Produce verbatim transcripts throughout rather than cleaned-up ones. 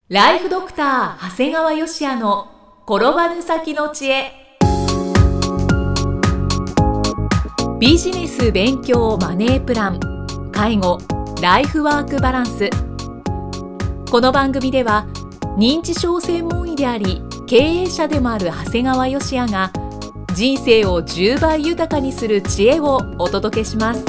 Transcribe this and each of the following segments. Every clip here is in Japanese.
ライフドクター長谷川芳也の転ばぬ先の知恵。ビジネス勉強マネープラン、介護、ライフワークバランス。この番組では認知症専門医であり経営者でもある長谷川芳也が人生をじゅうばい豊かにする知恵をお届けします。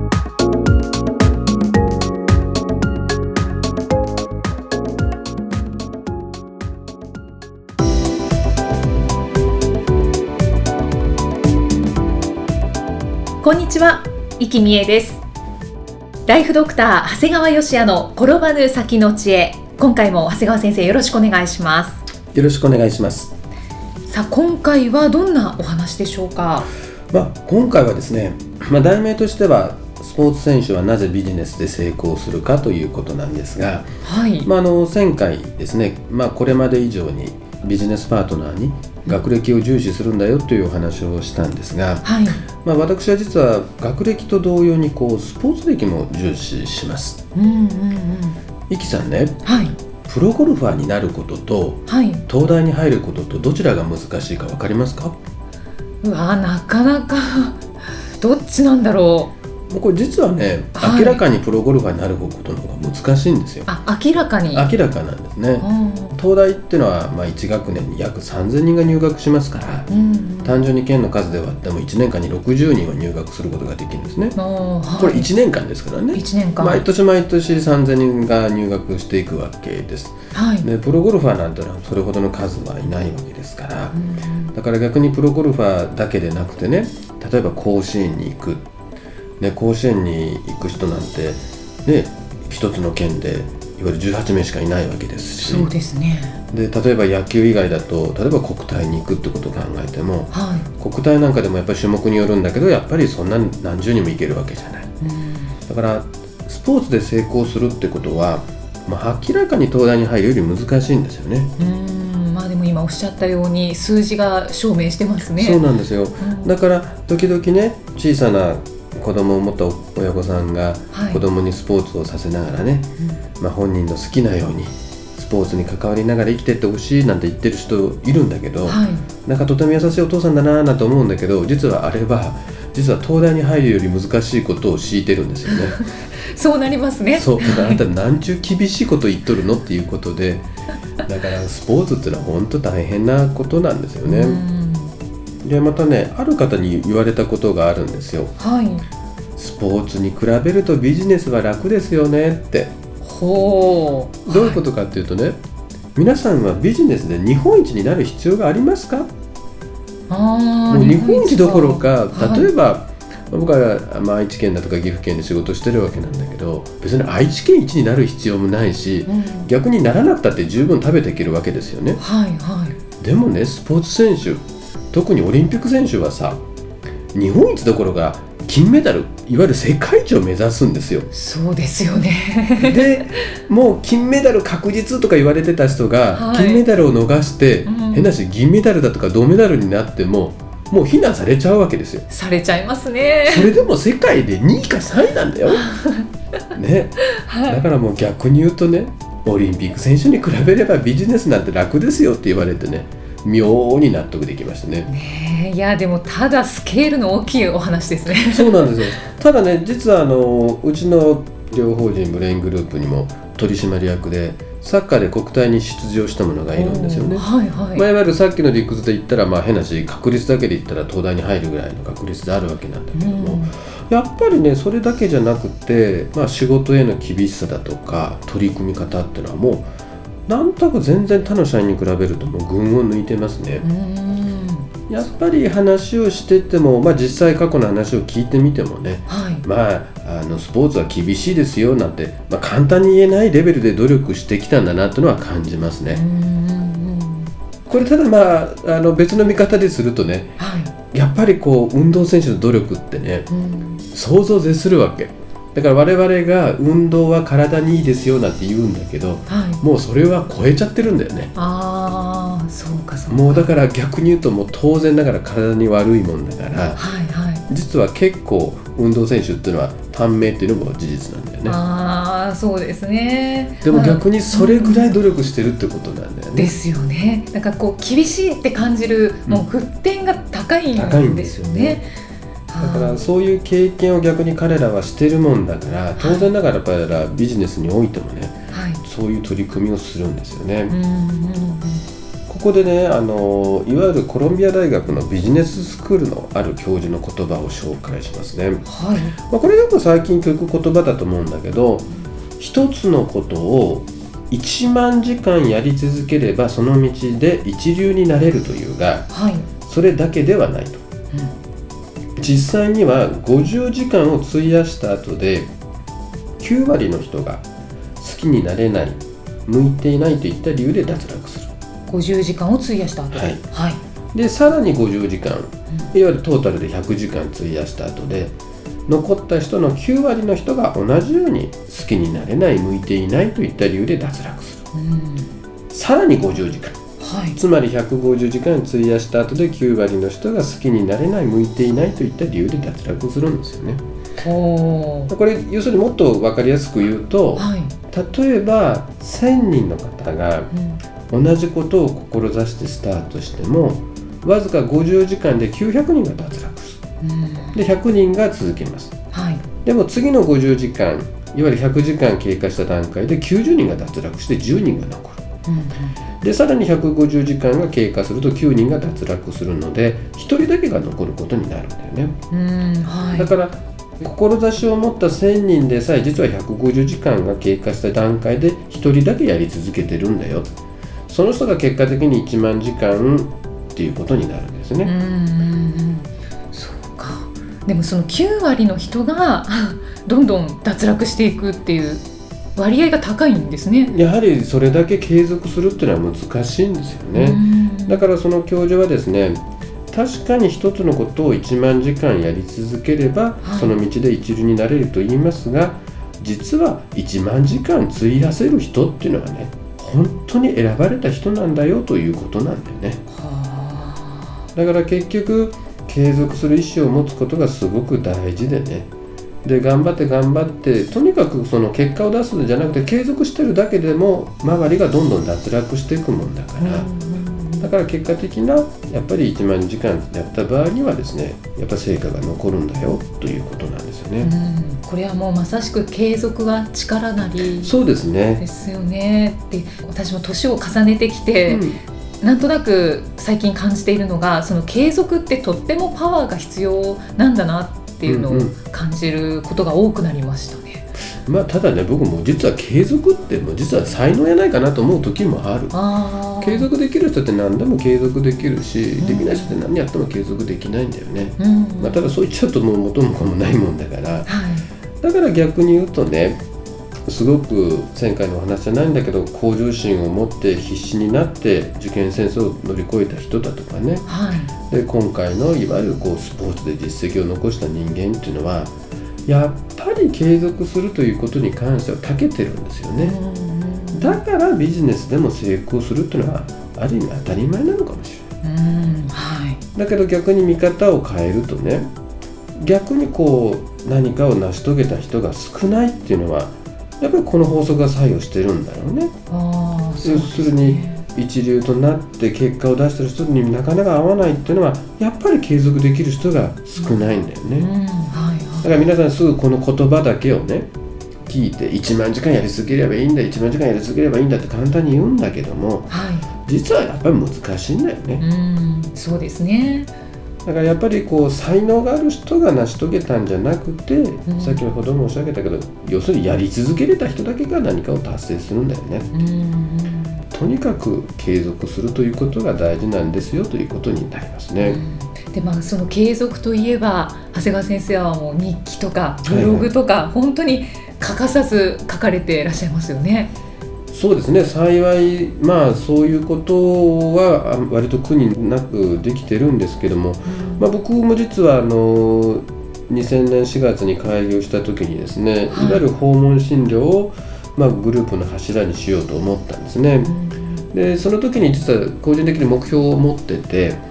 こんにちは、生きみえです。ライフドクター長谷川芳也の転ばぬ先の知恵。今回も長谷川先生、よろしくお願いします。 よろしくお願いします。 さあ、今回はどんなお話でしょうか。 まあ、今回はですね、まあ、題名としてはスポーツ選手はなぜビジネスで成功するかということなんですが、 はい。 まあ、あの前回ですね、まあ、これまで以上にビジネスパートナーに学歴を重視するんだよというお話をしたんですが、 はい。 まあ、私は実は学歴と同様にこうスポーツ歴も重視します。 うんうんうん。 イキさんね、 はい。 プロゴルファーになることとはい。 東大に入ることとどちらが難しいか分かりますか？ うわ、なかなかどっちなんだろう。 もうこれ実はね、 はい、 明らかにプロゴルファーになることの方が難しいんですよ。 あ、明らかに明らかなんですね。東大っていうのは、まあ、いち学年に約さんぜんにんが入学しますから、 うんうん、 単純に県の数で割ってもいちねんかんにろくじゅうにんは入学することができるんですね。 はい、 これいちねんかんですからね。 いちねんかん毎年毎年さんぜんにんが入学していくわけです、はい、でプロゴルファーなんてのはそれほどの数はいないわけですから、うん、だから逆にプロゴルファーだけでなくてね、例えば甲子園に行くね、甲子園に行く人なんて、ね、一つの県でいわゆるじゅうはちめいしかいないわけですし、 そうですね。 で例えば野球以外だと例えば国体に行くってことを考えても、はい、国体なんかでもやっぱり種目によるんだけど、やっぱりそんな何十人も行けるわけじゃない、うん、だからスポーツで成功するってことは、まあ、明らかに東大に入るより難しいんですよね。 うーん、まあ、でも今おっしゃったように数字が証明してますね。 そうなんですよ、 うん、 だから時々ね、小さな子供を持った親御さんが子供にスポーツをさせながらね、はい、まあ、本人の好きなようにスポーツに関わりながら生きていってほしいなんて言ってる人いるんだけど、はい、なんかとても優しいお父さんだなぁなんて思うんだけど、実はあれは実は東大に入るより難しいことを強いてるんですよね。 そうなりますね。 そうだから、あんた何ちゅう厳しいこと言っとるのっていうことで、だからスポーツっていうのは本当大変なことなんですよね。でまたね、ある方に言われたことがあるんですよ。はい、スポーツに比べるとビジネスは楽ですよねって。ほう。どういうことかっていうとね、はい、皆さんはビジネスで日本一になる必要がありますか？あもう日本一どころか、例えば、はい、僕は、まあ、愛知県だとか岐阜県で仕事してるわけなんだけど、別に愛知県一になる必要もないし、うん、逆にならなくたって十分食べていけるわけですよね。はいはい、でもね、スポーツ選手、特にオリンピック選手はさ、日本一どころか金メダル、いわゆる世界一を目指すんですよ。そうですよね。でもう金メダル確実とか言われてた人が金メダルを逃して、はい、変なし銀メダルだとか銅メダルになってももう非難されちゃうわけですよ。 されちゃいますね。 それでも世界でにいかさんいなんだよ、ね、はい、だからもう逆に言うとね、オリンピック選手に比べればビジネスなんて楽ですよって言われてね、妙に納得できましたね。 ねえ、いやでもただスケールの大きいお話ですね。 そうなんですよ。ただね、実はあのうちの両法人ブレイングループにも取締役でサッカーで国体に出場した者がいるんですよね。はいはい、まあ、いわゆるさっきの理屈で言ったら、まあ、変なし確率だけで言ったら東大に入るぐらいの確率であるわけなんだけども、うん、やっぱりね、それだけじゃなくて、まあ、仕事への厳しさだとか取り組み方っていうのはもうなんとなく全然他の社員に比べるともう群を抜いてますね。うん、やっぱり話をしてても、まあ、実際過去の話を聞いてみてもね、はい、まあ、あのスポーツは厳しいですよなんて、まあ、簡単に言えないレベルで努力してきたんだなというのは感じますね。うん、これただ、まあ、あの別の見方でするとね、はい、やっぱりこう運動選手の努力ってね、うん、想像を絶するわけだから、我々が運動は体にいいですよなんて言うんだけど、はい、もうそれは超えちゃってるんだよね。ああ、そうかそうか。もうだから逆に言うともう当然ながら体に悪いもんだから、はいはい、 実は結構運動選手っていうのは短命っていうのも事実なんだよね。 ああ、そうですね。 でも逆にそれぐらい努力してるってことなんだよね。 ですよね。なんかこう厳しいって感じる、もう沸点が高いんですよね。 だからそういう経験を逆に彼らはしてるもんだから、当然ながら彼らビジネスにおいてもね、はい、そういう取り組みをするんですよね。うんうんうん、ここでね、あのいわゆるコロンビア大学のビジネススクールのある教授の言葉を紹介しますね。はい、まあ、これよく最近聞く言葉だと思うんだけど、一つのことをいちまんじかんやり続ければその道で一流になれるというが、はい、それだけではないと。うん、実際にはごじゅうじかんを費やした後できゅうわりの人が好きになれない、向いていないといった理由で脱落する。 ごじゅうじかんを費やした後で、はいはい、 でさらにごじゅうじかん、うん、いわゆるトータルでひゃくじかん費やした後で残った人のきゅうわりの人が同じように好きになれない、向いていないといった理由で脱落する。うん、さらにごじゅうじかん、はい、つまりひゃくごじゅうじかん費やした後できゅうわりの人が好きになれない、向いていないといった理由で脱落するんですよね。これ要するにもっと分かりやすく言うと、はい、例えばせんにんの方が同じことを志してスタートしても、わずかごじゅうじかんできゅうひゃくにんが脱落する。うん、でひゃくにんが続けます。はい、でも次のごじゅうじかん、いわゆるひゃくじかん経過した段階できゅうじゅうにんが脱落してじゅうにんが残る。うんうん、でさらにひゃくごじゅうじかんが経過するときゅうにんが脱落するのでひとりだけが残ることになるんだよね。うん、はい、だから志を持ったせんにんでさえ実はひゃくごじゅうじかんが経過した段階でひとりだけやり続けてるんだよ。その人が結果的にいちまんじかんっていうことになるんですね。うんうんうん、 そうか。でもそのきゅうわりの人がどんどん脱落していくっていう割合が高いんですね。 やはりそれだけ継続するっていうのは難しいんですよね。だからその教授はですね、確かに一つのことをいちまんじかんやり続ければ、はい、その道で一流になれると言いますが、実はいちまんじかん費やせる人っていうのはね、本当に選ばれた人なんだよということなんだよね。はあ、だから結局継続する意思を持つことがすごく大事でね、で頑張って頑張ってとにかくその結果を出すんじゃなくて継続してるだけでも周りがどんどん脱落していくもんだから、だから結果的なやっぱりいちまんじかんやった場合にはですね、やっぱ成果が残るんだよということなんですよね。 うん、これはもうまさしく継続は力なり。 そうですね。 ですよね。で私も年を重ねてきて、うん、なんとなく最近感じているのが、その継続ってとってもパワーが必要なんだなっていうのを感じることが多くなりましたね。 うんうん、まあ、ただね、僕も実は継続っても実は才能やないかなと思う時もある。あ、継続できる人って何でも継続できるし、うん、できない人って何やっても継続できないんだよね。うんうん、まあ、ただそう言っちゃうともう元も子もないもんだから、はい、だから逆に言うとね、すごく前回のお話じゃないんだけど、向上心を持って必死になって受験戦争を乗り越えた人だとかね、はい、で今回のいわゆるこうスポーツで実績を残した人間っていうのはやっぱり継続するということに関しては長けてるんですよね。だからビジネスでも成功するっていうのはある意味当たり前なのかもしれない。うん、はい、だけど逆に見方を変えるとね、逆にこう何かを成し遂げた人が少ないっていうのはやっぱりこの法則が作用してるんだろうね。あ、そうですね。要するに一流となって結果を出してる人になかなか合わないっていうのはやっぱり継続できる人が少ないんだよね。うんうん、はいはい、だから皆さんすぐこの言葉だけをね聞いていちまんじかんやり続ければいいんだいちまんじかんやり続ければいいんだって簡単に言うんだけども、はい、実はやっぱり難しいんだよね。 うん、そうですね。 だからやっぱりこう才能がある人が成し遂げたんじゃなくて、うん、先ほども申し上げたけど、要するにやり続けれた人だけが何かを達成するんだよね。うん、とにかく継続するということが大事なんですよということになりますね。 うん、でまあ、その継続といえば長谷川先生はもう日記とかブログとか、はいはい、本当に欠かさず書かれていらっしゃいますよね。 そうですね、幸い、まあ、そういうことは割と苦になくできてるんですけども、うん、まあ、僕も実はあのにせんねんしがつに開業した時にですね、はい、いわゆる訪問診療を、まあ、グループの柱にしようと思ったんですね。うん、でその時に実は個人的に目標を持ってて、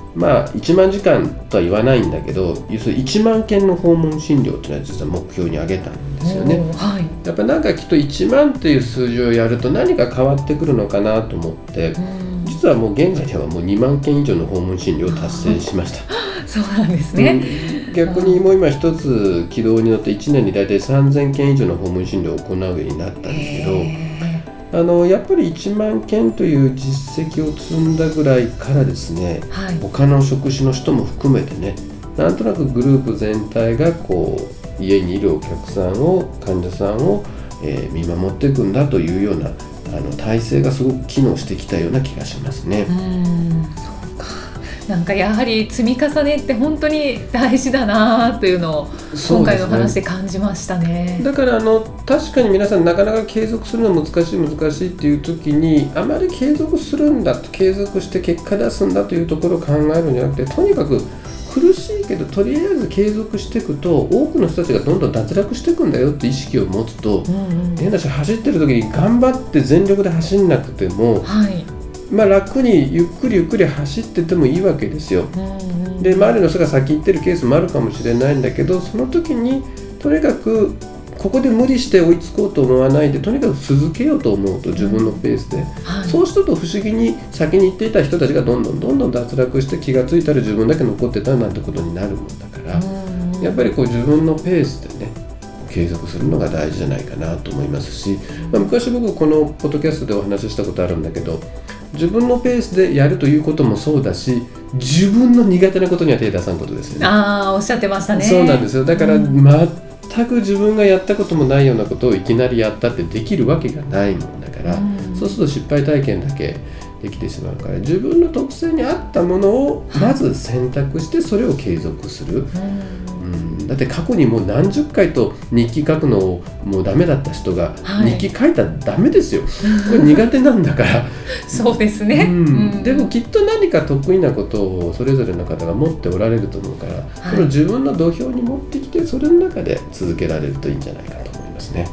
まあいちまんじかんとは言わないんだけど、要するにいちまんけんの訪問診療っていうのは実は目標に挙げたんですよね。 はい、 やっぱなんかきっといちまんっていう数字をやると何か変わってくるのかなと思って、実はもう現在ではもうにまんけん以上の訪問診療を達成しました。 そうなんですね、 うん、逆にもう今一つ軌道に乗っていちねんに大体さんぜんけん以上の訪問診療を行うようになったんですけど、あのやっぱりいちまんけんという実績を積んだぐらいからですね、はい、他の職種の人も含めてね、なんとなくグループ全体がこう家にいるお客さんを患者さんを、えー、見守っていくんだというようなあの体制がすごく機能してきたような気がしますね。 うーん、そうか。なんかやはり積み重ねって本当に大事だなというのを今回の話で感じましたね。 だからあの確かに皆さんなかなか継続するの難しい難しいっていう時に、あまり継続するんだと継続して結果出すんだというところを考えるんじゃなくて、とにかく苦しいけどとりあえず継続していくと多くの人たちがどんどん脱落していくんだよって意識を持つと、うんうん、変な話、走ってる時に頑張って全力で走んなくても、はい、まあ、楽にゆっくりゆっくり走っててもいいわけですよ、うんうん、で周りの人が先行ってるケースもあるかもしれないんだけど、その時にとにかくここで無理して追いつこうと思わないで、とにかく続けようと思うと自分のペースで、うん、はい、そうすると不思議に先に行っていた人たちがどんどんどんどん脱落して気がついたら自分だけ残ってたなんてことになるもんだから、うん、やっぱりこう自分のペースでね継続するのが大事じゃないかなと思いますし、まあ、昔僕このポッドキャストでお話ししたことあるんだけど、自分のペースでやるということもそうだし、自分の苦手なことには手を出さんことですよね。 ああ、おっしゃってましたね。 そうなんですよ。だから、うん、全く自分がやったこともないようなことをいきなりやったってできるわけがないもんだから、うん、そうすると失敗体験だけできてしまうから、自分の特性に合ったものをまず選択してそれを継続する、うんうん、だって過去にもう何十回と日記書くのをもうダメだった人が日記書いたらダメですよ、はい、これ苦手なんだからそうですね、 うんうん、でもきっと何か得意なことをそれぞれの方が持っておられると思うから、はい、それを自分の土俵に持ってきてそれの中で続けられるといいんじゃないかと思いますね。 うん、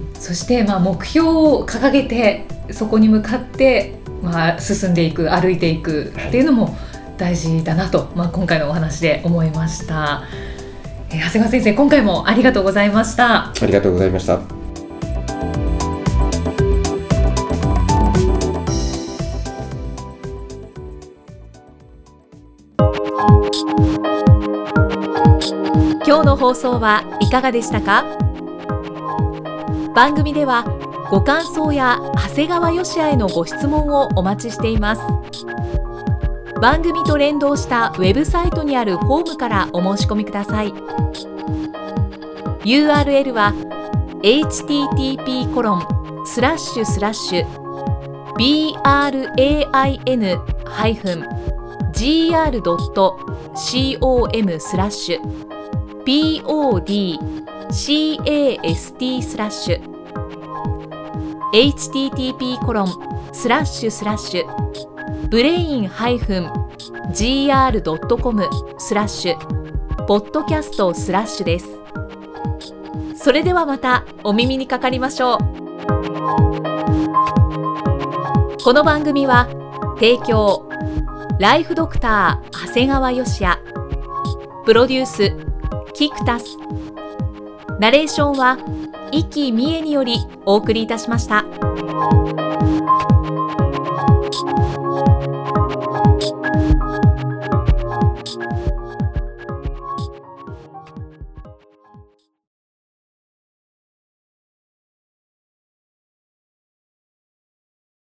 そしてまあ目標を掲げてそこに向かってまあ進んでいく、歩いていくっていうのも大事だなと、まあ、今回のお話で思いました。えー、長谷川先生、今回もありがとうございました。 ありがとうございました。 今日の放送はいかがでしたか？番組ではご感想や長谷川芳也へのご質問をお待ちしています。番組と連動したウェブサイトにあるフォームからお申し込みください。 ユーアールエル は エイチティーティーピーコロンスラッシュスラッシュビーアールエーアイエヌハイフンジーアールドットコム スラッシュ ピーオーディーシーエーエスティー スラッシュ エイチティーティーピーコロンスラッシュスラッシュブレインハイフンジーアールドットコム スラッシュポッドキャストスラッシュです。それではまたお耳にかかりましょう。この番組は提供ライフドクター長谷川芳也、プロデュースキクタス、ナレーションは生きみえによりお送りいたしました。